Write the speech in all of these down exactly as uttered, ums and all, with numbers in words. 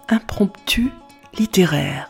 impromptu littéraire.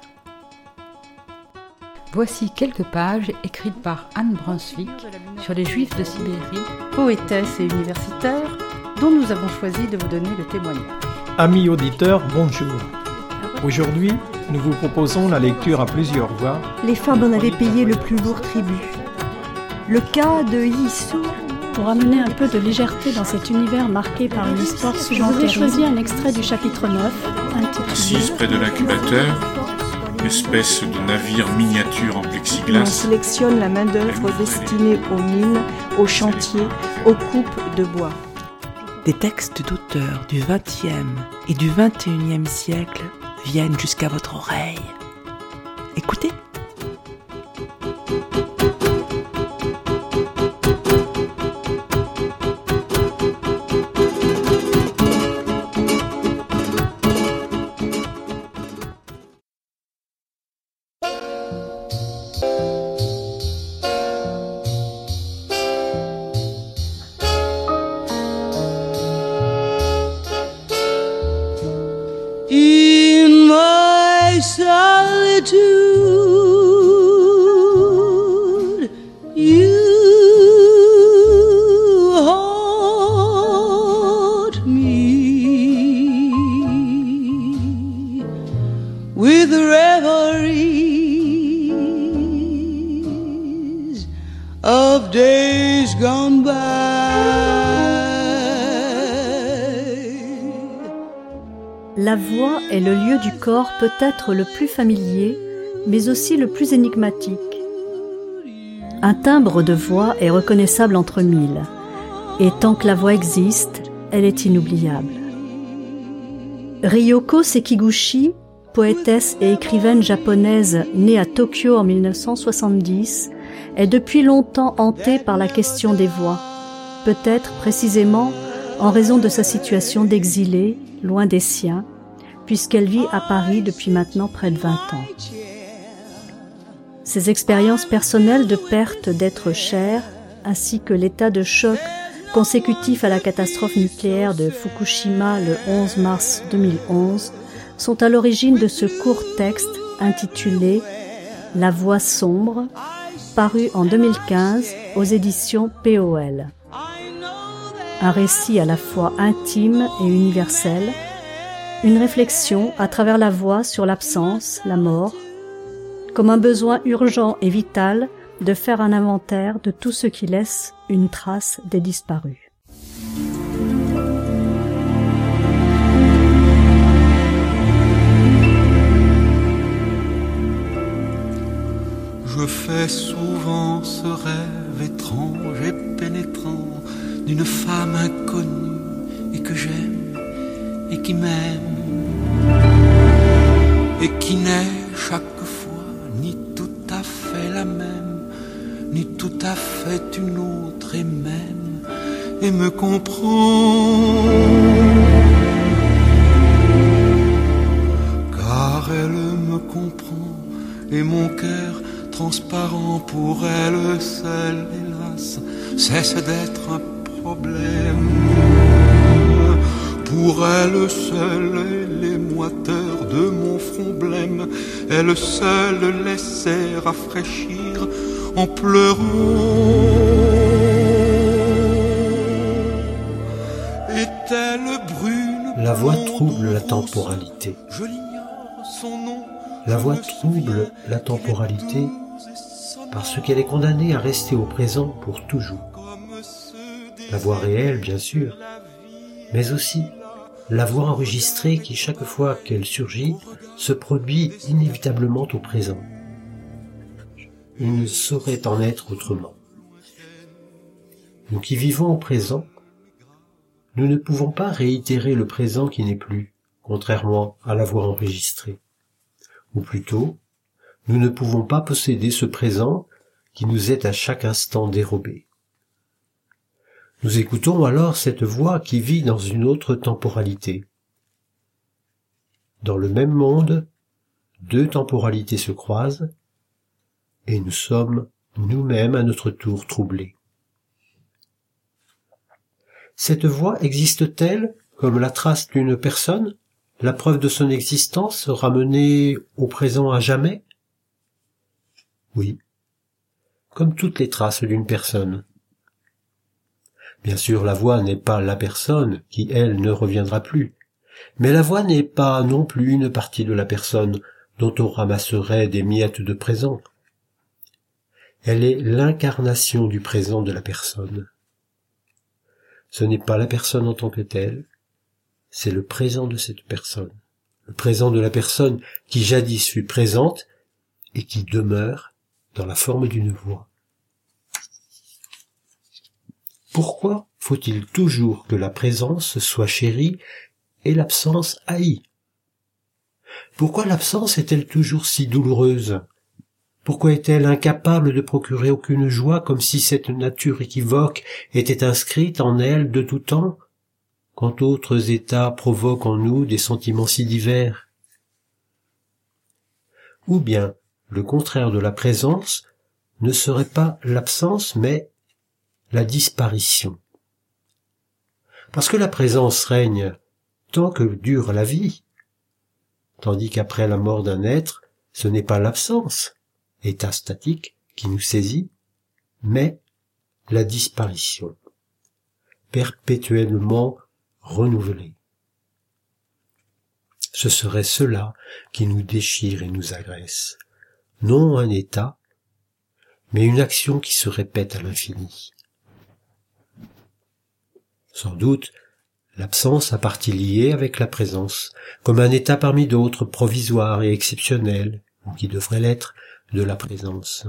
Voici quelques pages écrites par Anne Brunswick sur les Juifs de Sibérie, poétesse et universitaire, dont nous avons choisi de vous donner le témoignage. Amis auditeurs, bonjour. Aujourd'hui, nous vous proposons la lecture à plusieurs voix. Les femmes en avaient payé le plus lourd tribut. Le cas de Yissou. Pour amener un peu de légèreté dans cet univers marqué par une histoire souvent terrible, j'ai choisi un extrait du chapitre neuf, intitulé Assise près de l'incubateur, espèce de navire miniature en plexiglas. On sélectionne la main-d'œuvre destinée aux mines, aux chantiers, aux coupes de bois. Des textes d'auteurs du vingtième et du vingt et unième siècle viennent jusqu'à votre oreille. Écoutez. In my solitude, you haunt me with reveries of days gone by. La voix est le lieu du corps peut-être le plus familier, mais aussi le plus énigmatique. Un timbre de voix est reconnaissable entre mille, et tant que la voix existe, elle est inoubliable. Ryoko Sekiguchi, poétesse et écrivaine japonaise née à Tokyo en mille neuf cent soixante-dix, est depuis longtemps hantée par la question des voix, peut-être précisément en raison de sa situation d'exilée, loin des siens, puisqu'elle vit à Paris depuis maintenant près de vingt ans. Ses expériences personnelles de perte d'êtres chers, ainsi que l'état de choc consécutif à la catastrophe nucléaire de Fukushima le onze mars deux mille onze, sont à l'origine de ce court texte intitulé « La voix sombre », paru en deux mille quinze aux éditions P O L. Un récit à la fois intime et universel, une réflexion à travers la voix sur l'absence, la mort, comme un besoin urgent et vital de faire un inventaire de tout ce qui laisse une trace des disparus. Je fais souvent ce rêve étrange et pénétrant d'une femme inconnue et que j'aime et qui m'aime et qui n'est chaque fois ni tout à fait la même, ni tout à fait une autre et même, et me comprend, car elle me comprend, et mon cœur transparent pour elle seule, hélas, cesse d'être un problème. Pour elle seule, les moiteurs de mon front blême, elle seule laissait rafraîchir en pleurant. Est-elle brune? La voix trouble la temporalité. Je l'ignore son nom. La voix trouble la temporalité parce qu'elle est condamnée à rester au présent pour toujours. La voix réelle, bien sûr, mais aussi la voix enregistrée qui, chaque fois qu'elle surgit, se produit inévitablement au présent. Il ne saurait en être autrement. Nous qui vivons au présent, nous ne pouvons pas réitérer le présent qui n'est plus, contrairement à la voix enregistrée. Ou plutôt, nous ne pouvons pas posséder ce présent qui nous est à chaque instant dérobé. Nous écoutons alors cette voix qui vit dans une autre temporalité. Dans le même monde, deux temporalités se croisent, et nous sommes nous-mêmes à notre tour troublés. Cette voix existe-t-elle comme la trace d'une personne, la preuve de son existence ramenée au présent à jamais? Oui, comme toutes les traces d'une personne. Bien sûr, la voix n'est pas la personne qui, elle, ne reviendra plus, mais la voix n'est pas non plus une partie de la personne dont on ramasserait des miettes de présent. Elle est l'incarnation du présent de la personne. Ce n'est pas la personne en tant que telle, c'est le présent de cette personne, le présent de la personne qui jadis fut présente et qui demeure dans la forme d'une voix. Pourquoi faut-il toujours que la présence soit chérie et l'absence haïe? Pourquoi l'absence est-elle toujours si douloureuse? Pourquoi est-elle incapable de procurer aucune joie, comme si cette nature équivoque était inscrite en elle de tout temps, quand d'autres états provoquent en nous des sentiments si divers? Ou bien, le contraire de la présence ne serait pas l'absence, mais la disparition. Parce que la présence règne tant que dure la vie, tandis qu'après la mort d'un être, ce n'est pas l'absence, état statique, qui nous saisit, mais la disparition, perpétuellement renouvelée. Ce serait cela qui nous déchire et nous agresse, non un état, mais une action qui se répète à l'infini. Sans doute, l'absence a partie liée avec la présence, comme un état parmi d'autres provisoire et exceptionnel, ou qui devrait l'être, de la présence.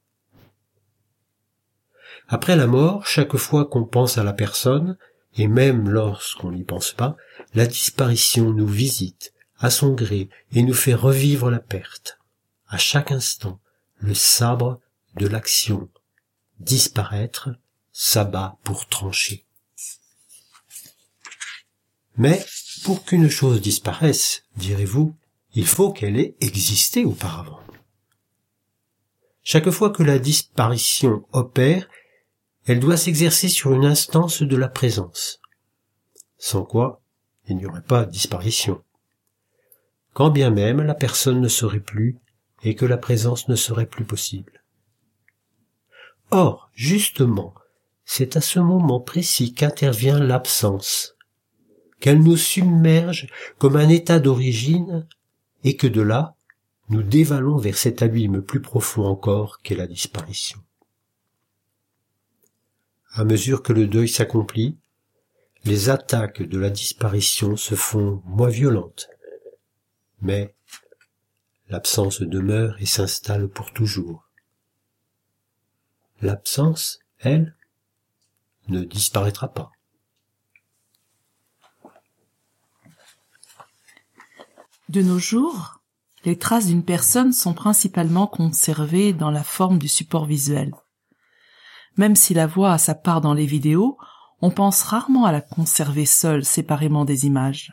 Après la mort, chaque fois qu'on pense à la personne, et même lorsqu'on n'y pense pas, la disparition nous visite à son gré et nous fait revivre la perte. À chaque instant, le sabre de l'action, disparaître, s'abat pour trancher. Mais pour qu'une chose disparaisse, direz-vous, il faut qu'elle ait existé auparavant. Chaque fois que la disparition opère, elle doit s'exercer sur une instance de la présence, sans quoi il n'y aurait pas de disparition. Quand bien même la personne ne serait plus et que la présence ne serait plus possible. Or, justement, c'est à ce moment précis qu'intervient l'absence, qu'elle nous submerge comme un état d'origine et que de là, nous dévalons vers cet abîme plus profond encore qu'est la disparition. À mesure que le deuil s'accomplit, les attaques de la disparition se font moins violentes, mais l'absence demeure et s'installe pour toujours. L'absence, elle, ne disparaîtra pas. De nos jours, les traces d'une personne sont principalement conservées dans la forme du support visuel. Même si la voix a sa part dans les vidéos, on pense rarement à la conserver seule, séparément des images.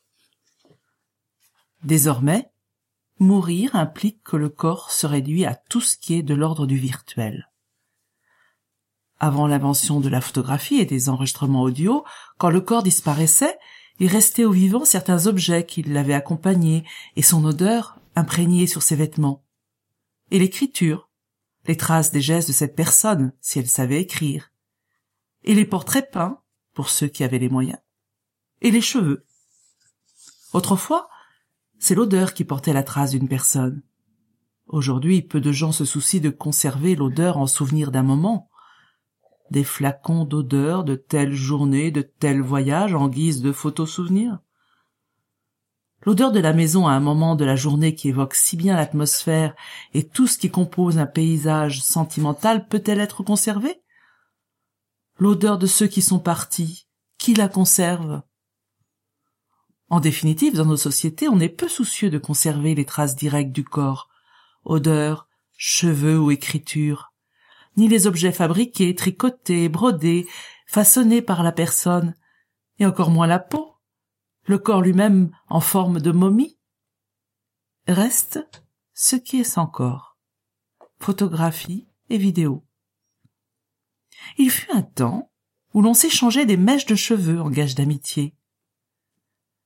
Désormais, mourir implique que le corps se réduit à tout ce qui est de l'ordre du virtuel. Avant l'invention de la photographie et des enregistrements audio, quand le corps disparaissait, il restait au vivant certains objets qui l'avaient accompagné et son odeur imprégnée sur ses vêtements. Et l'écriture, les traces des gestes de cette personne, si elle savait écrire. Et les portraits peints, pour ceux qui avaient les moyens. Et les cheveux. Autrefois, c'est l'odeur qui portait la trace d'une personne. Aujourd'hui, peu de gens se soucient de conserver l'odeur en souvenir d'un moment. Des flacons d'odeur de telle journée, de tel voyage en guise de photos souvenirs. L'odeur de la maison à un moment de la journée qui évoque si bien l'atmosphère et tout ce qui compose un paysage sentimental peut-elle être conservée? L'odeur de ceux qui sont partis, qui la conserve? En définitive, dans nos sociétés, on est peu soucieux de conserver les traces directes du corps, odeur, cheveux ou écriture, ni les objets fabriqués, tricotés, brodés, façonnés par la personne, et encore moins la peau, le corps lui-même en forme de momie. Reste ce qui est sans corps, photographie et vidéo. Il fut un temps où l'on s'échangeait des mèches de cheveux en gage d'amitié.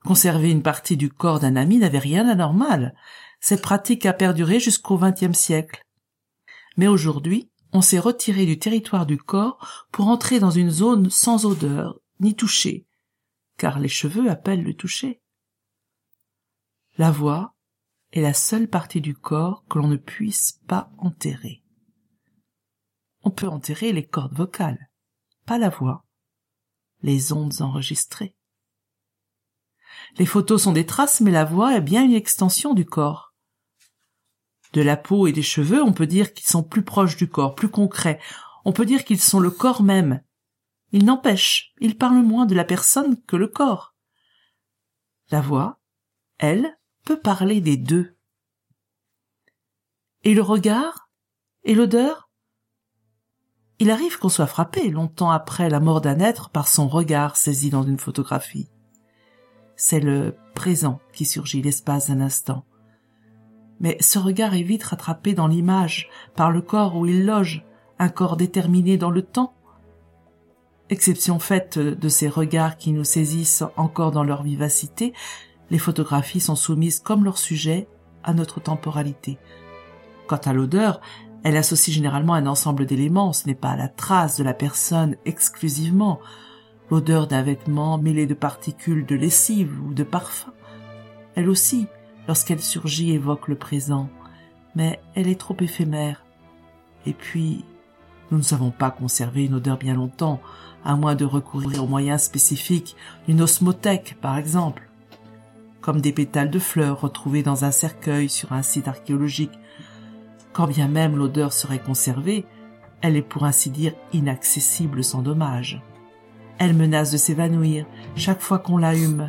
Conserver une partie du corps d'un ami n'avait rien d'anormal. Cette pratique a perduré jusqu'au vingtième siècle. Mais aujourd'hui, on s'est retiré du territoire du corps pour entrer dans une zone sans odeur ni toucher, car les cheveux appellent le toucher. La voix est la seule partie du corps que l'on ne puisse pas enterrer. On peut enterrer les cordes vocales, pas la voix, les ondes enregistrées. Les photos sont des traces, mais la voix est bien une extension du corps. De la peau et des cheveux, on peut dire qu'ils sont plus proches du corps, plus concrets. On peut dire qu'ils sont le corps même. Il n'empêche, ils parlent moins de la personne que le corps. La voix, elle, peut parler des deux. Et le regard? Et l'odeur? Il arrive qu'on soit frappé, longtemps après la mort d'un être, par son regard saisi dans une photographie. C'est le présent qui surgit l'espace d'un instant. Mais ce regard est vite rattrapé dans l'image par le corps où il loge, un corps déterminé dans le temps. Exception faite de ces regards qui nous saisissent encore dans leur vivacité, les photographies sont soumises comme leur sujet à notre temporalité. Quant à l'odeur, elle associe généralement un ensemble d'éléments, ce n'est pas la trace de la personne exclusivement. L'odeur d'un vêtement mêlé de particules de lessive ou de parfum. Elle aussi, lorsqu'elle surgit, évoque le présent, mais elle est trop éphémère. Et puis, nous ne savons pas conserver une odeur bien longtemps, à moins de recourir aux moyens spécifiques d'une osmothèque, par exemple, comme des pétales de fleurs retrouvés dans un cercueil sur un site archéologique. Quand bien même l'odeur serait conservée, elle est pour ainsi dire inaccessible sans dommage. Elle menace de s'évanouir chaque fois qu'on la hume.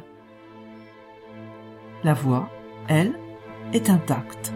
La voix, elle, est intacte.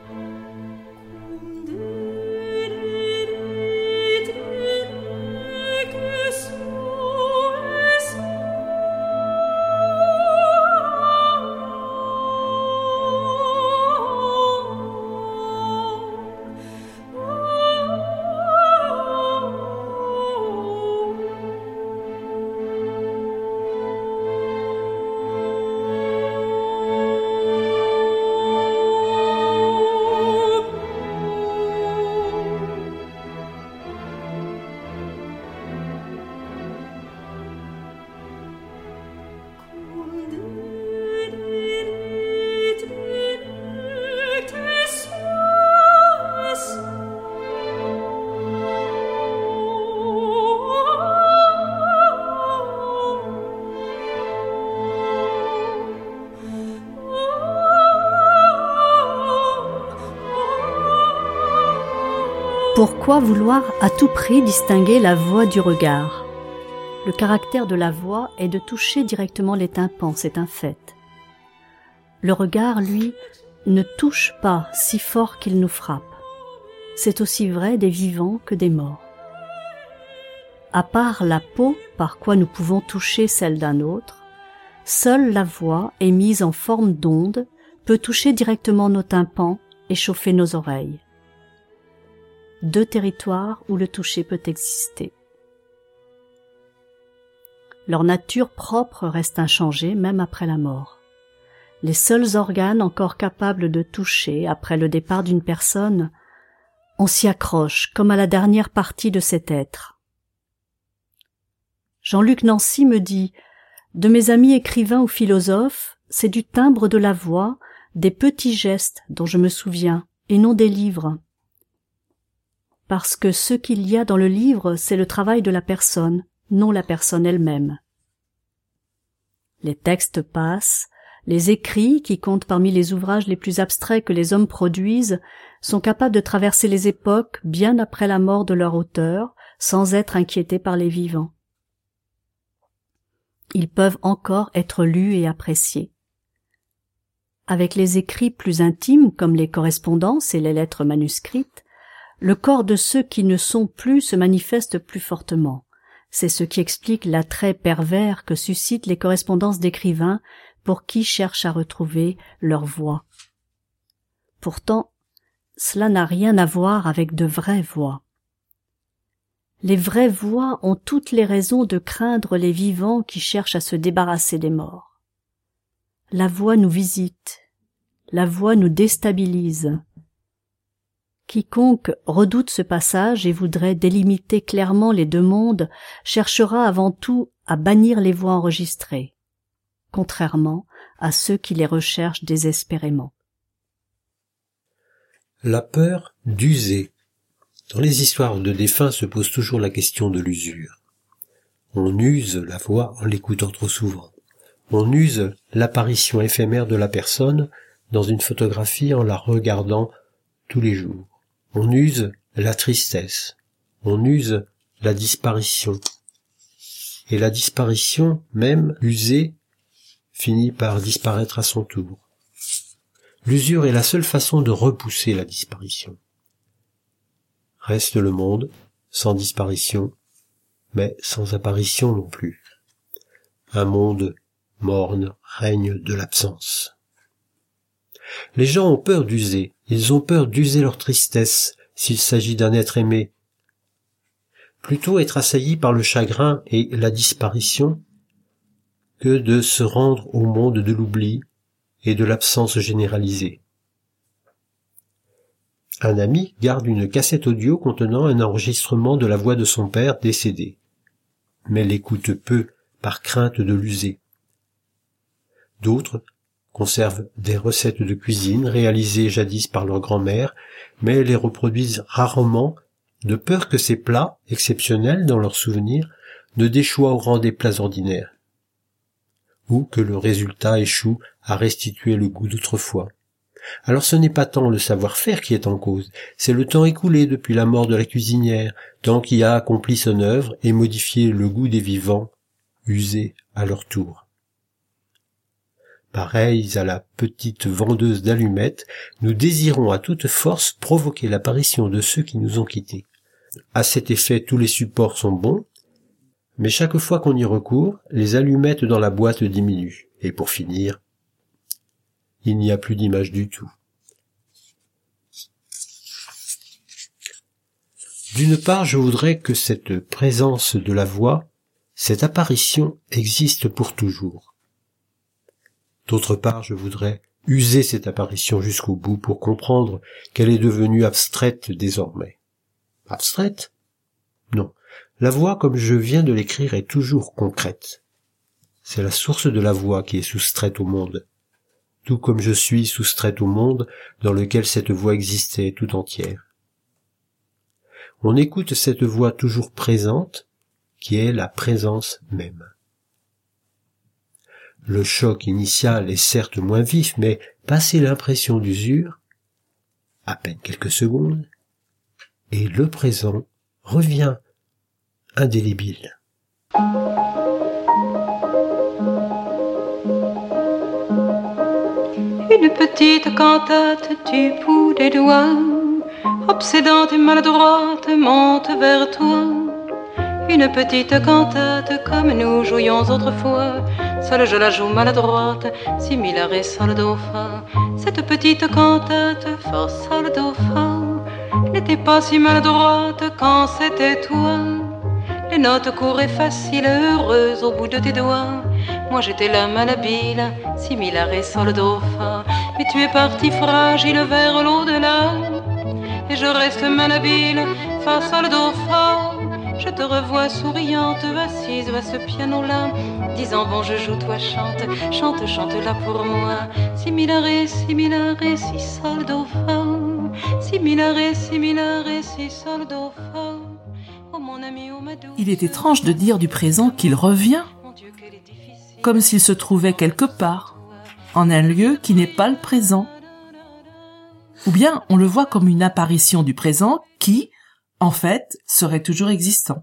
Pourquoi vouloir à tout prix distinguer la voix du regard? Le caractère de la voix est de toucher directement les tympans, c'est un fait. Le regard, lui, ne touche pas si fort qu'il nous frappe. C'est aussi vrai des vivants que des morts. À part la peau, par quoi nous pouvons toucher celle d'un autre, seule la voix, émise en forme d'onde, peut toucher directement nos tympans et chauffer nos oreilles. Deux territoires où le toucher peut exister. Leur nature propre reste inchangée même après la mort. Les seuls organes encore capables de toucher après le départ d'une personne, on s'y accroche comme à la dernière partie de cet être. Jean-Luc Nancy me dit « De mes amis écrivains ou philosophes, c'est du timbre de la voix, des petits gestes dont je me souviens, et non des livres. » Parce que ce qu'il y a dans le livre, c'est le travail de la personne, non la personne elle-même. Les textes passent, les écrits, qui comptent parmi les ouvrages les plus abstraits que les hommes produisent, sont capables de traverser les époques bien après la mort de leur auteur, sans être inquiétés par les vivants. Ils peuvent encore être lus et appréciés. Avec les écrits plus intimes, comme les correspondances et les lettres manuscrites, le corps de ceux qui ne sont plus se manifeste plus fortement. C'est ce qui explique l'attrait pervers que suscitent les correspondances d'écrivains pour qui cherchent à retrouver leur voix. Pourtant, cela n'a rien à voir avec de vraies voix. Les vraies voix ont toutes les raisons de craindre les vivants qui cherchent à se débarrasser des morts. la voix nous visite, la voix nous déstabilise. Quiconque redoute ce passage et voudrait délimiter clairement les deux mondes cherchera avant tout à bannir les voix enregistrées, contrairement à ceux qui les recherchent désespérément. La peur d'user. Dans les histoires de défunts se pose toujours la question de l'usure. On use la voix en l'écoutant trop souvent. On use l'apparition éphémère de la personne dans une photographie en la regardant tous les jours. On use la tristesse. On use la disparition. Et la disparition, même usée, finit par disparaître à son tour. L'usure est la seule façon de repousser la disparition. Reste le monde, sans disparition, mais sans apparition non plus. Un monde morne règne de l'absence. Les gens ont peur d'user, ils ont peur d'user leur tristesse s'il s'agit d'un être aimé. Plutôt être assailli par le chagrin et la disparition que de se rendre au monde de l'oubli et de l'absence généralisée. Un ami garde une cassette audio contenant un enregistrement de la voix de son père décédé, mais l'écoute peu par crainte de l'user. D'autres conservent des recettes de cuisine réalisées jadis par leur grand-mère, mais les reproduisent rarement de peur que ces plats, exceptionnels dans leurs souvenirs, ne déchoient au rang des plats ordinaires, ou que le résultat échoue à restituer le goût d'autrefois. Alors ce n'est pas tant le savoir-faire qui est en cause, c'est le temps écoulé depuis la mort de la cuisinière, temps qui a accompli son œuvre et modifié le goût des vivants, usés à leur tour. Pareils à la petite vendeuse d'allumettes, nous désirons à toute force provoquer l'apparition de ceux qui nous ont quittés. À cet effet, tous les supports sont bons, mais chaque fois qu'on y recourt, les allumettes dans la boîte diminuent. Et pour finir, il n'y a plus d'image du tout. D'une part, je voudrais que cette présence de la voix, cette apparition existe pour toujours. D'autre part, je voudrais user cette apparition jusqu'au bout pour comprendre qu'elle est devenue abstraite désormais. Abstraite ? Non. La voix, comme je viens de l'écrire, est toujours concrète. C'est la source de la voix qui est soustraite au monde, tout comme je suis soustraite au monde dans lequel cette voix existait tout entière. On écoute cette voix toujours présente, qui est la présence même. Le choc initial est certes moins vif, mais passé l'impression d'usure, à peine quelques secondes, et le présent revient indélébile. Une petite cantate du bout des doigts, obsédante et maladroite, monte vers toi. Une petite cantate comme nous jouions autrefois, seule je la joue maladroite, si mi la ré sol do fa. Cette petite cantate fa sol do fa n'était pas si maladroite quand c'était toi. Les notes courtes et faciles, heureuses au bout de tes doigts. Moi j'étais la malhabile, si mi la ré sol do fa. Mais tu es parti fragile vers l'au-delà, et je reste malhabile, fa sol do fa. Je te revois souriante, assise à ce piano-là, disant bon je joue, toi chante, chante, chante là pour moi. Si mi la ré, si mi la ré, si sol do fa. Si mi la ré, si mi la ré, si sol do fa. Oh mon ami, oh ma douce. Il est étrange de dire du présent qu'il revient, comme s'il se trouvait quelque part, en un lieu qui n'est pas le présent. Ou bien on le voit comme une apparition du présent qui, en fait, serait toujours existant.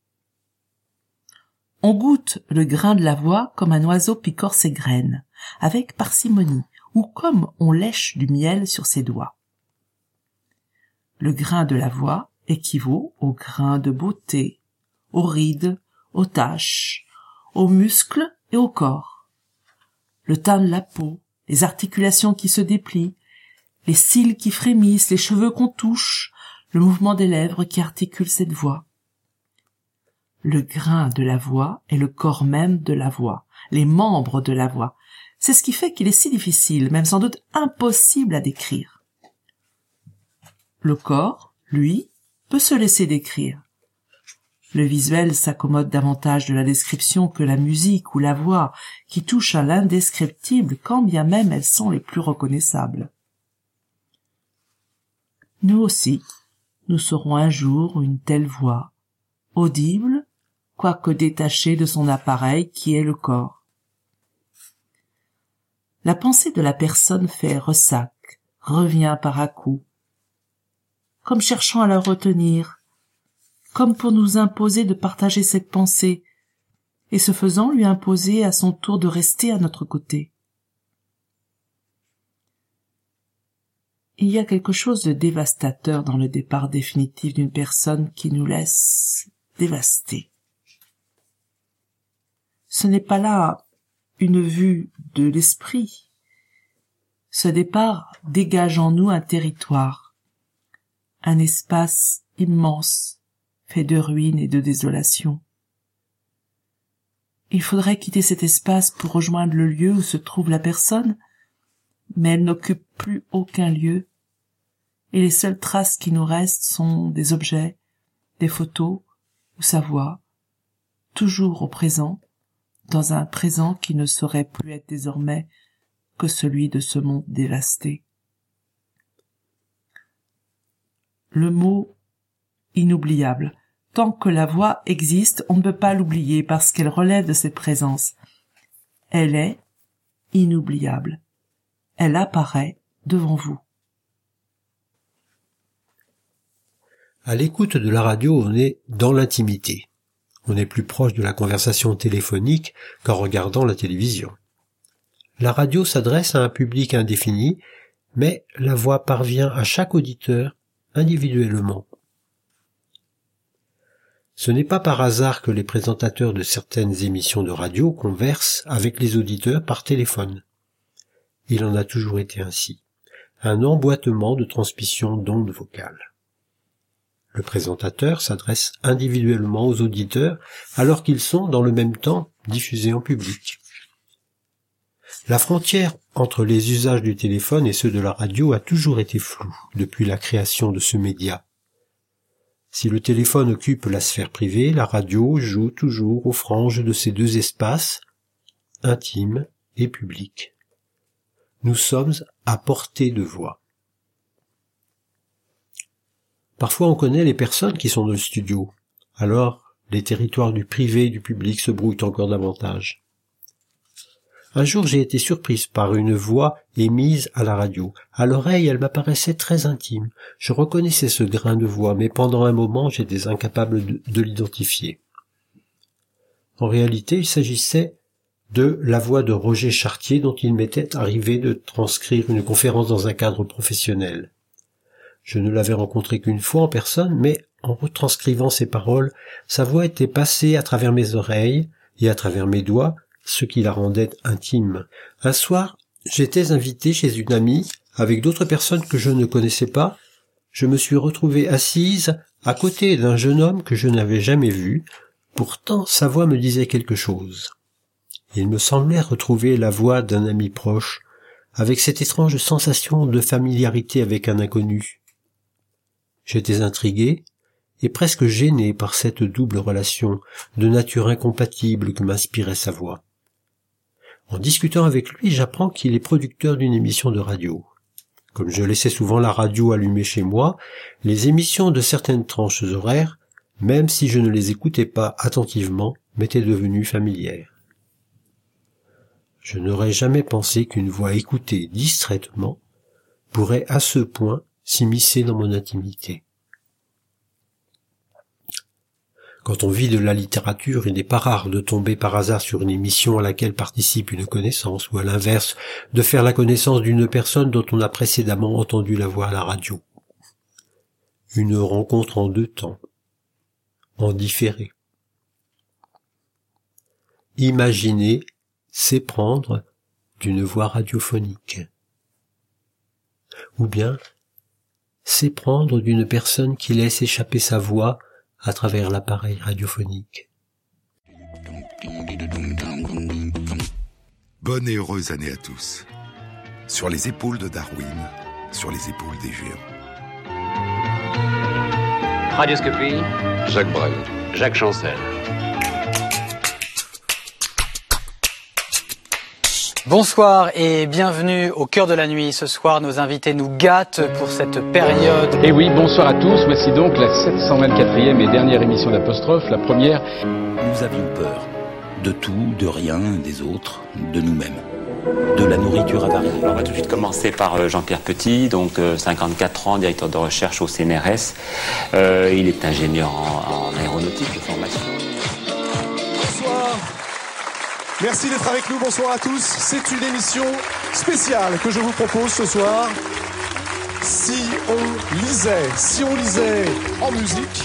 On goûte le grain de la voix comme un oiseau picore ses graines, avec parcimonie, ou comme on lèche du miel sur ses doigts. Le grain de la voix équivaut au grain de beauté, aux rides, aux taches, aux muscles et au corps. Le teint de la peau, les articulations qui se déplient, les cils qui frémissent, les cheveux qu'on touche, le mouvement des lèvres qui articule cette voix. Le grain de la voix est le corps même de la voix, les membres de la voix. C'est ce qui fait qu'il est si difficile, même sans doute impossible à décrire. Le corps, lui, peut se laisser décrire. Le visuel s'accommode davantage de la description que la musique ou la voix, qui touchent à l'indescriptible quand bien même elles sont les plus reconnaissables. Nous aussi, nous saurons un jour une telle voix, audible, quoique détachée de son appareil qui est le corps. La pensée de la personne fait ressac, revient par à-coups, comme cherchant à la retenir, comme pour nous imposer de partager cette pensée, et ce faisant lui imposer à son tour de rester à notre côté. Il y a quelque chose de dévastateur dans le départ définitif d'une personne qui nous laisse dévastés. Ce n'est pas là une vue de l'esprit. Ce départ dégage en nous un territoire, un espace immense, fait de ruines et de désolation. Il faudrait quitter cet espace pour rejoindre le lieu où se trouve la personne, mais elle n'occupe plus aucun lieu, et les seules traces qui nous restent sont des objets, des photos ou sa voix, toujours au présent, dans un présent qui ne saurait plus être désormais que celui de ce monde dévasté. Le mot inoubliable. Tant que la voix existe, on ne peut pas l'oublier parce qu'elle relève de cette présence. Elle est inoubliable. Elle apparaît devant vous. À l'écoute de la radio, on est dans l'intimité. On est plus proche de la conversation téléphonique qu'en regardant la télévision. La radio s'adresse à un public indéfini, mais la voix parvient à chaque auditeur individuellement. Ce n'est pas par hasard que les présentateurs de certaines émissions de radio conversent avec les auditeurs par téléphone. Il en a toujours été ainsi. Un emboîtement de transmission d'ondes vocales. Le présentateur s'adresse individuellement aux auditeurs alors qu'ils sont dans le même temps diffusés en public. La frontière entre les usages du téléphone et ceux de la radio a toujours été floue depuis la création de ce média. Si le téléphone occupe la sphère privée, la radio joue toujours aux franges de ces deux espaces, intime et public. Nous sommes à portée de voix. Parfois on connaît les personnes qui sont dans le studio, alors les territoires du privé et du public se brouillent encore davantage. Un jour j'ai été surprise par une voix émise à la radio. À l'oreille, elle m'apparaissait très intime. Je reconnaissais ce grain de voix, mais pendant un moment j'étais incapable de, de l'identifier. En réalité, il s'agissait de la voix de Roger Chartier dont il m'était arrivé de transcrire une conférence dans un cadre professionnel. Je ne l'avais rencontré qu'une fois en personne, mais en retranscrivant ses paroles, sa voix était passée à travers mes oreilles et à travers mes doigts, ce qui la rendait intime. Un soir, j'étais invité chez une amie, avec d'autres personnes que je ne connaissais pas. Je me suis retrouvée assise à côté d'un jeune homme que je n'avais jamais vu. Pourtant, sa voix me disait quelque chose. Il me semblait retrouver la voix d'un ami proche, avec cette étrange sensation de familiarité avec un inconnu. J'étais intrigué et presque gêné par cette double relation de nature incompatible que m'inspirait sa voix. En discutant avec lui, j'apprends qu'il est producteur d'une émission de radio. Comme je laissais souvent la radio allumée chez moi, les émissions de certaines tranches horaires, même si je ne les écoutais pas attentivement, m'étaient devenues familières. Je n'aurais jamais pensé qu'une voix écoutée distraitement pourrait à ce point s'immiscer dans mon intimité. Quand on vit de la littérature, il n'est pas rare de tomber par hasard sur une émission à laquelle participe une connaissance, ou à l'inverse, de faire la connaissance d'une personne dont on a précédemment entendu la voix à la radio. Une rencontre en deux temps, en différé. Imaginer, s'éprendre d'une voix radiophonique. Ou bien, s'éprendre d'une personne qui laisse échapper sa voix à travers l'appareil radiophonique. Bonne et heureuse année à tous. Sur les épaules de Darwin, sur les épaules des géants. Radioscopie. Jacques Brel. Jacques Chancel. Bonsoir et bienvenue au cœur de la nuit. Ce soir, nos invités nous gâtent pour cette période. Et oui, bonsoir à tous. Voici donc la sept cent vingt-quatrième et dernière émission d'Apostrophe, la première. Nous avions peur. De tout, de rien, des autres, de nous-mêmes. De la nourriture avariée. On va tout de suite commencer par Jean-Pierre Petit, donc euh, cinquante-quatre ans, directeur de recherche au C N R S. Euh, il est ingénieur en, en aéronautique de formation. Bonsoir. Merci d'être avec nous, bonsoir à tous. C'est une émission spéciale que je vous propose ce soir. Si on lisait, si on lisait en musique.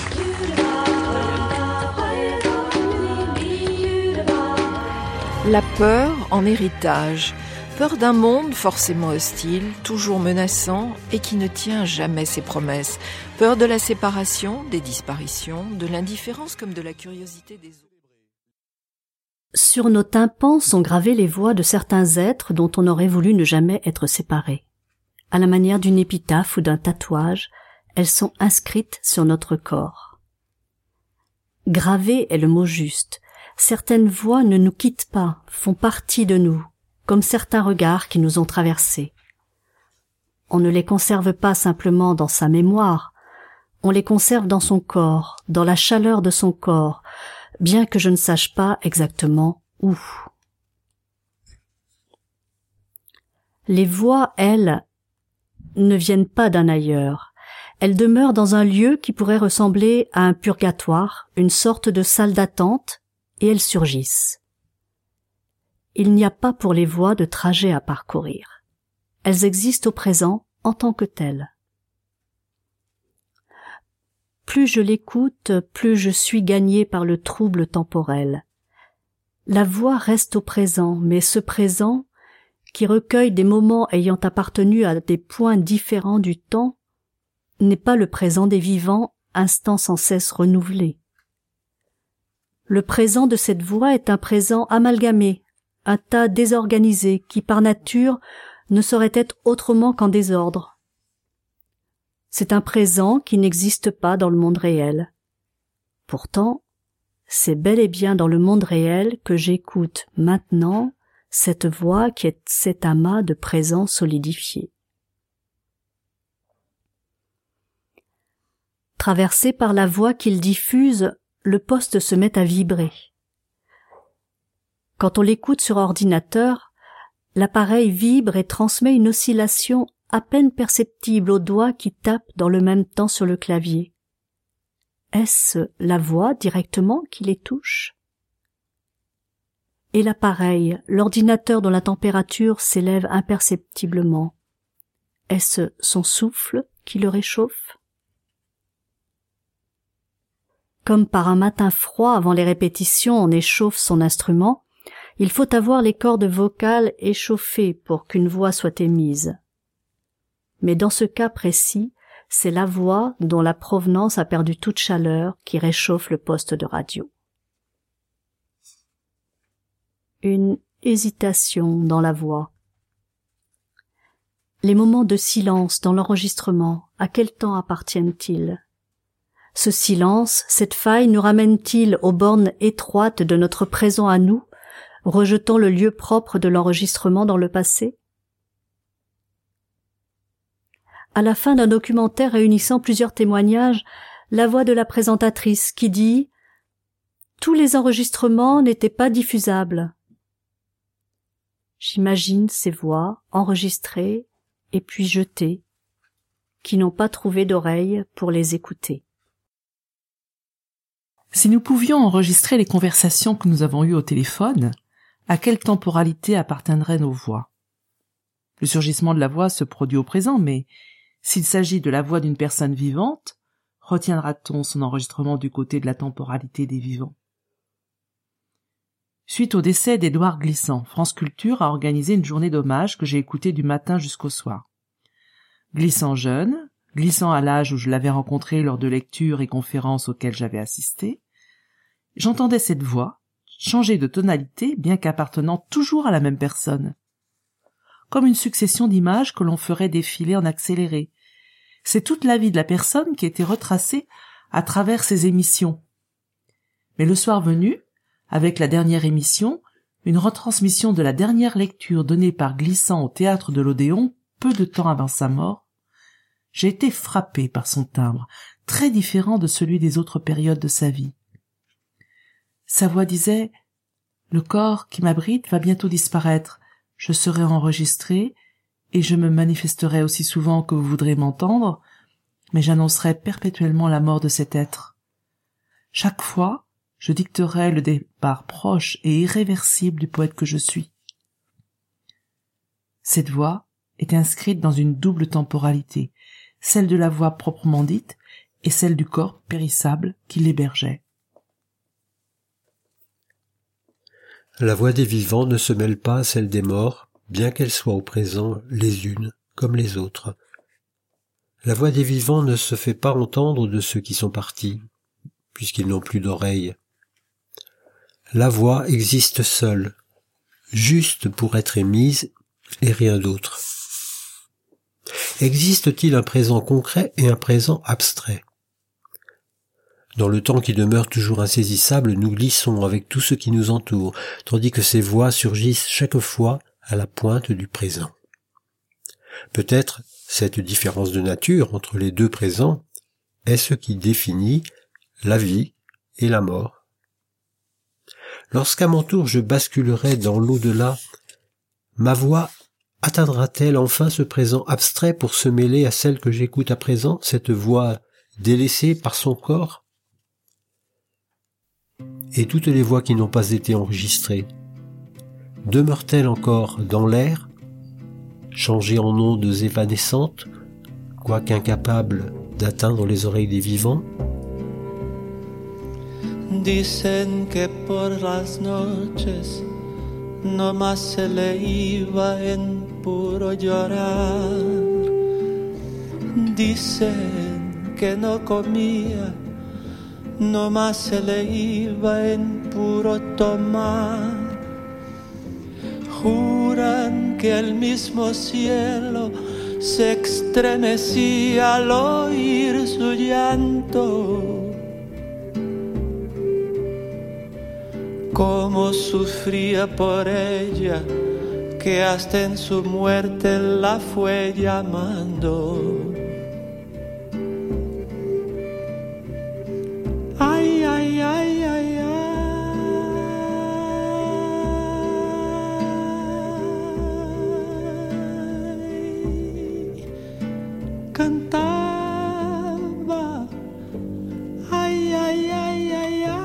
La peur en héritage. Peur d'un monde forcément hostile, toujours menaçant et qui ne tient jamais ses promesses. Peur de la séparation, des disparitions, de l'indifférence comme de la curiosité des autres. Sur nos tympans sont gravées les voix de certains êtres dont on aurait voulu ne jamais être séparés. À la manière d'une épitaphe ou d'un tatouage, elles sont inscrites sur notre corps. Graver est le mot juste. Certaines voix ne nous quittent pas, font partie de nous, comme certains regards qui nous ont traversés. On ne les conserve pas simplement dans sa mémoire, on les conserve dans son corps, dans la chaleur de son corps, bien que je ne sache pas exactement où. Les voix, elles, ne viennent pas d'un ailleurs. Elles demeurent dans un lieu qui pourrait ressembler à un purgatoire, une sorte de salle d'attente, et elles surgissent. Il n'y a pas pour les voix de trajet à parcourir. Elles existent au présent en tant que telles. Plus je l'écoute, plus je suis gagné par le trouble temporel. La voix reste au présent, mais ce présent, qui recueille des moments ayant appartenu à des points différents du temps, n'est pas le présent des vivants, instant sans cesse renouvelé. Le présent de cette voix est un présent amalgamé, un tas désorganisé qui, par nature, ne saurait être autrement qu'en désordre. C'est un présent qui n'existe pas dans le monde réel. Pourtant, c'est bel et bien dans le monde réel que j'écoute maintenant cette voix qui est cet amas de présents solidifiés. Traversé par la voix qu'il diffuse, le poste se met à vibrer. Quand on l'écoute sur ordinateur, l'appareil vibre et transmet une oscillation à peine perceptible aux doigts qui tapent dans le même temps sur le clavier. Est-ce la voix directement qui les touche? Et l'appareil, l'ordinateur dont la température s'élève imperceptiblement, est-ce son souffle qui le réchauffe? Comme par un matin froid avant les répétitions on échauffe son instrument, il faut avoir les cordes vocales échauffées pour qu'une voix soit émise. Mais dans ce cas précis, c'est la voix dont la provenance a perdu toute chaleur qui réchauffe le poste de radio. Une hésitation dans la voix. Les moments de silence dans l'enregistrement, à quel temps appartiennent-ils? Ce silence, cette faille nous ramène-t-il aux bornes étroites de notre présent à nous, rejetant le lieu propre de l'enregistrement dans le passé? À la fin d'un documentaire réunissant plusieurs témoignages, la voix de la présentatrice qui dit « Tous les enregistrements n'étaient pas diffusables ». J'imagine ces voix enregistrées et puis jetées, qui n'ont pas trouvé d'oreille pour les écouter. Si nous pouvions enregistrer les conversations que nous avons eues au téléphone, à quelle temporalité appartiendraient nos voix? Le surgissement de la voix se produit au présent, mais s'il s'agit de la voix d'une personne vivante, retiendra-t-on son enregistrement du côté de la temporalité des vivants? Suite au décès d'Édouard Glissant, France Culture a organisé une journée d'hommage que j'ai écoutée du matin jusqu'au soir. Glissant jeune, Glissant à l'âge où je l'avais rencontré lors de lectures et conférences auxquelles j'avais assisté, j'entendais cette voix, changer de tonalité bien qu'appartenant toujours à la même personne. Comme une succession d'images que l'on ferait défiler en accéléré. C'est toute la vie de la personne qui était retracée à travers ces émissions. Mais le soir venu, avec la dernière émission, une retransmission de la dernière lecture donnée par Glissant au théâtre de l'Odéon, peu de temps avant sa mort, j'ai été frappé par son timbre, très différent de celui des autres périodes de sa vie. Sa voix disait « Le corps qui m'abrite va bientôt disparaître, je serai enregistré, et je me manifesterai aussi souvent que vous voudrez m'entendre, mais j'annoncerai perpétuellement la mort de cet être. Chaque fois, je dicterai le départ proche et irréversible du poète que je suis. » Cette voix est inscrite dans une double temporalité, celle de la voix proprement dite et celle du corps périssable qui l'hébergeait. La voix des vivants ne se mêle pas à celle des morts, bien qu'elles soient au présent les unes comme les autres. La voix des vivants ne se fait pas entendre de ceux qui sont partis, puisqu'ils n'ont plus d'oreilles. La voix existe seule, juste pour être émise et rien d'autre. Existe-t-il un présent concret et un présent abstrait ? Dans le temps qui demeure toujours insaisissable, nous glissons avec tout ce qui nous entoure, tandis que ces voix surgissent chaque fois à la pointe du présent. Peut-être cette différence de nature entre les deux présents est ce qui définit la vie et la mort. Lorsqu'à mon tour je basculerai dans l'au-delà, ma voix atteindra-t-elle enfin ce présent abstrait pour se mêler à celle que j'écoute à présent, cette voix délaissée par son corps ? Et toutes les voix qui n'ont pas été enregistrées, demeurent-elles encore dans l'air, changées en ondes évanescentes, quoique incapables d'atteindre les oreilles des vivants ? Dicen que por las noches no más se le iba en puro llorar. Dicen que no comía, no más se le iba en puro tomar. Juran que el mismo cielo se estremecía al oír su llanto. Cómo sufría por ella, que hasta en su muerte la fue llamando. Ay, ay, ay, ay, ay. Cantaba. Ay, ay, ay, ay, ay.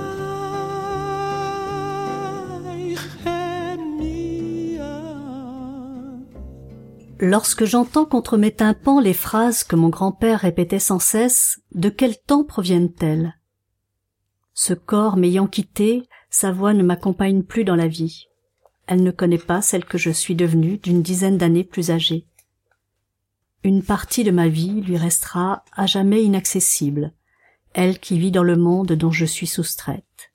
Lorsque j'entends contre mes tympans les phrases que mon grand-père répétait sans cesse, de quel temps proviennent-elles ? Ce corps m'ayant quitté, sa voix ne m'accompagne plus dans la vie. Elle ne connaît pas celle que je suis devenue d'une dizaine d'années plus âgée. Une partie de ma vie lui restera à jamais inaccessible, elle qui vit dans le monde dont je suis soustraite.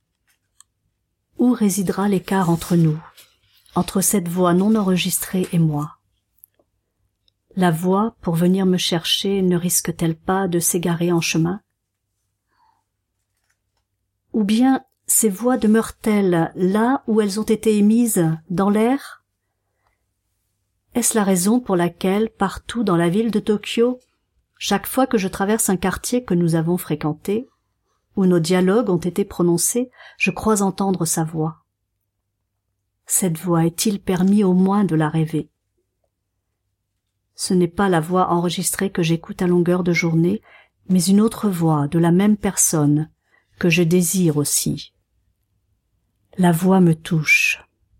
Où résidera l'écart entre nous, entre cette voix non enregistrée et moi ? La voix, pour venir me chercher, ne risque-t-elle pas de s'égarer en chemin ? Ou bien ces voix demeurent-elles là où elles ont été émises, dans l'air ? Est-ce la raison pour laquelle, partout dans la ville de Tokyo, chaque fois que je traverse un quartier que nous avons fréquenté, où nos dialogues ont été prononcés, je crois entendre sa voix ? Cette voix est-il permis au moins de la rêver ? Ce n'est pas la voix enregistrée que j'écoute à longueur de journée, mais une autre voix de la même personne, que je désire aussi. La voix me touche.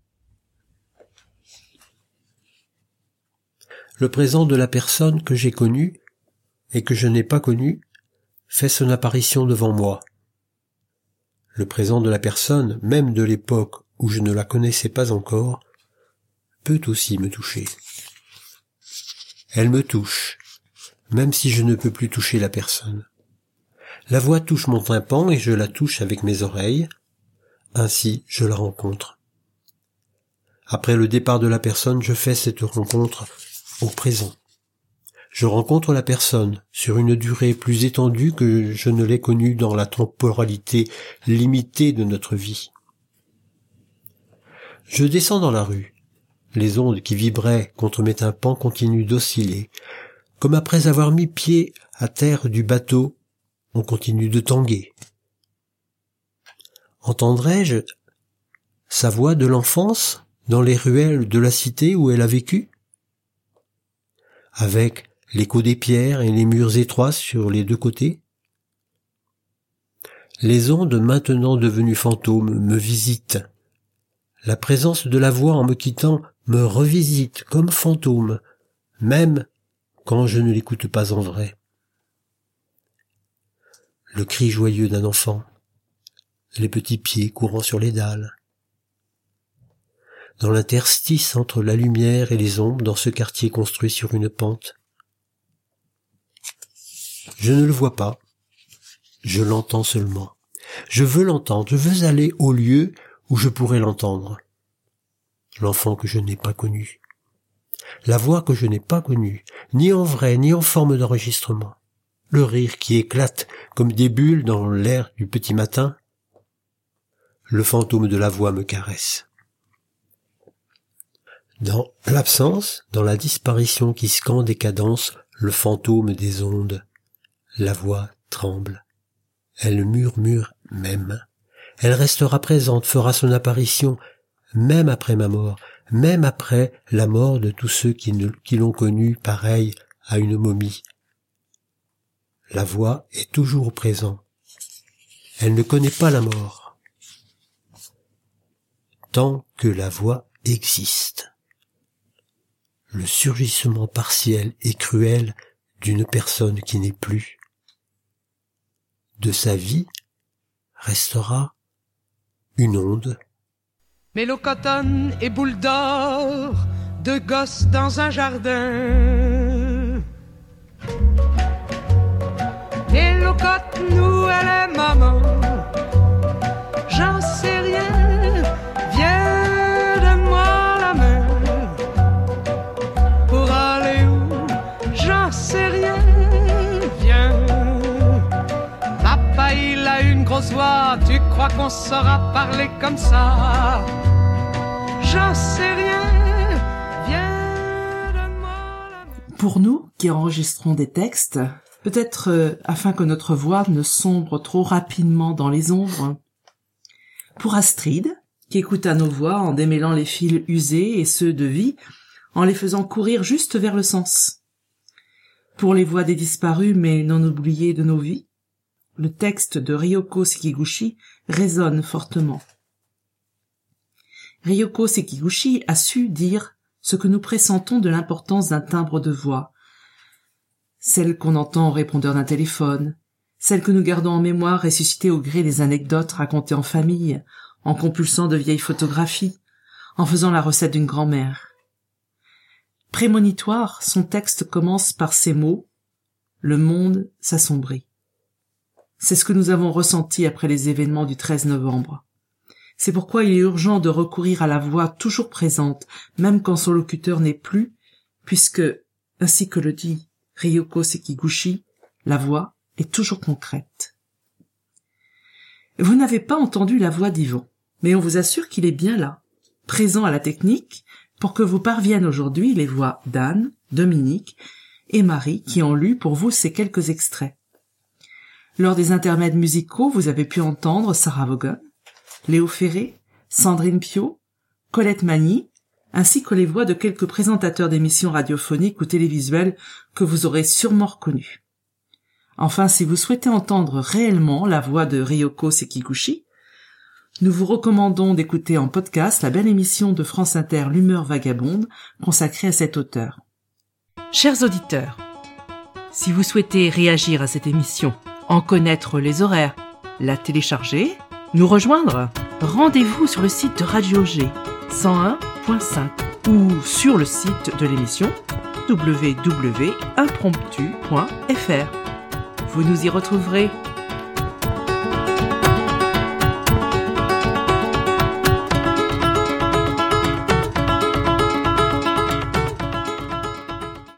Le présent de la personne que j'ai connue et que je n'ai pas connue fait son apparition devant moi. Le présent de la personne, même de l'époque où je ne la connaissais pas encore, peut aussi me toucher. Elle me touche, même si je ne peux plus toucher la personne. La voix touche mon tympan et je la touche avec mes oreilles. Ainsi, je la rencontre. Après le départ de la personne, je fais cette rencontre au présent. Je rencontre la personne sur une durée plus étendue que je ne l'ai connue dans la temporalité limitée de notre vie. Je descends dans la rue. Les ondes qui vibraient contre mes tympans continuent d'osciller. Comme après avoir mis pied à terre du bateau, on continue de tanguer. Entendrai-je sa voix de l'enfance dans les ruelles de la cité où elle a vécu? Avec l'écho des pierres et les murs étroits sur les deux côtés? Les ondes maintenant devenues fantômes me visitent. La présence de la voix en me quittant me revisite comme fantôme, même quand je ne l'écoute pas en vrai. Le cri joyeux d'un enfant, les petits pieds courant sur les dalles. Dans l'interstice entre la lumière et les ombres dans ce quartier construit sur une pente. Je ne le vois pas, je l'entends seulement. Je veux l'entendre, je veux aller au lieu où je pourrais l'entendre. L'enfant que je n'ai pas connu. La voix que je n'ai pas connue, ni en vrai, ni en forme d'enregistrement. Le rire qui éclate comme des bulles dans l'air du petit matin. Le fantôme de la voix me caresse. Dans l'absence, dans la disparition qui scande et cadence le fantôme des ondes, la voix tremble. Elle murmure même. Elle restera présente, fera son apparition, même après ma mort, même après la mort de tous ceux qui, ne, qui l'ont connue pareille à une momie. La voix est toujours présente. Elle ne connaît pas la mort. Tant que la voix existe. Le surgissement partiel et cruel d'une personne qui n'est plus. De sa vie restera une onde. Mélocotone et boule d'or, deux gosses dans un jardin. Mélocote, nous, elle est maman. J'en sais rien, viens, donne-moi la main. Pour aller où? J'en sais rien, viens. Papa, il a une grosse voix, tu crois qu'on saura parler comme ça? J'en sais rien, viens, donne-moi la main. Pour nous, qui enregistrons des textes, peut-être euh, afin que notre voix ne sombre trop rapidement dans les ombres. Pour Astrid, qui écouta nos voix en démêlant les fils usés et ceux de vie, en les faisant courir juste vers le sens. Pour les voix des disparus mais non oubliées de nos vies, le texte de Ryoko Sekiguchi résonne fortement. Ryoko Sekiguchi a su dire ce que nous pressentons de l'importance d'un timbre de voix, celle qu'on entend au répondeur d'un téléphone, celle que nous gardons en mémoire ressuscitée au gré des anecdotes racontées en famille, en compulsant de vieilles photographies, en faisant la recette d'une grand-mère. Prémonitoire, son texte commence par ces mots « Le monde s'assombrit ». C'est ce que nous avons ressenti après les événements du treize novembre. C'est pourquoi il est urgent de recourir à la voix toujours présente, même quand son locuteur n'est plus, puisque, ainsi que le dit Ryoko Sekiguchi, la voix est toujours concrète. Vous n'avez pas entendu la voix d'Yvon, mais on vous assure qu'il est bien là, présent à la technique, pour que vous parviennent aujourd'hui les voix d'Anne, Dominique et Marie qui ont lu pour vous ces quelques extraits. Lors des intermèdes musicaux, vous avez pu entendre Sarah Vaughan, Léo Ferré, Sandrine Piot, Colette Magny, ainsi que les voix de quelques présentateurs d'émissions radiophoniques ou télévisuelles que vous aurez sûrement reconnus. Enfin, si vous souhaitez entendre réellement la voix de Ryoko Sekiguchi, nous vous recommandons d'écouter en podcast la belle émission de France Inter L'Humeur Vagabonde consacrée à cet auteur. Chers auditeurs, si vous souhaitez réagir à cette émission, en connaître les horaires, la télécharger, nous rejoindre, rendez-vous sur le site de Radio G cent un point cinq ou sur le site de l'émission w w w point impromptu point f r. Vous nous y retrouverez.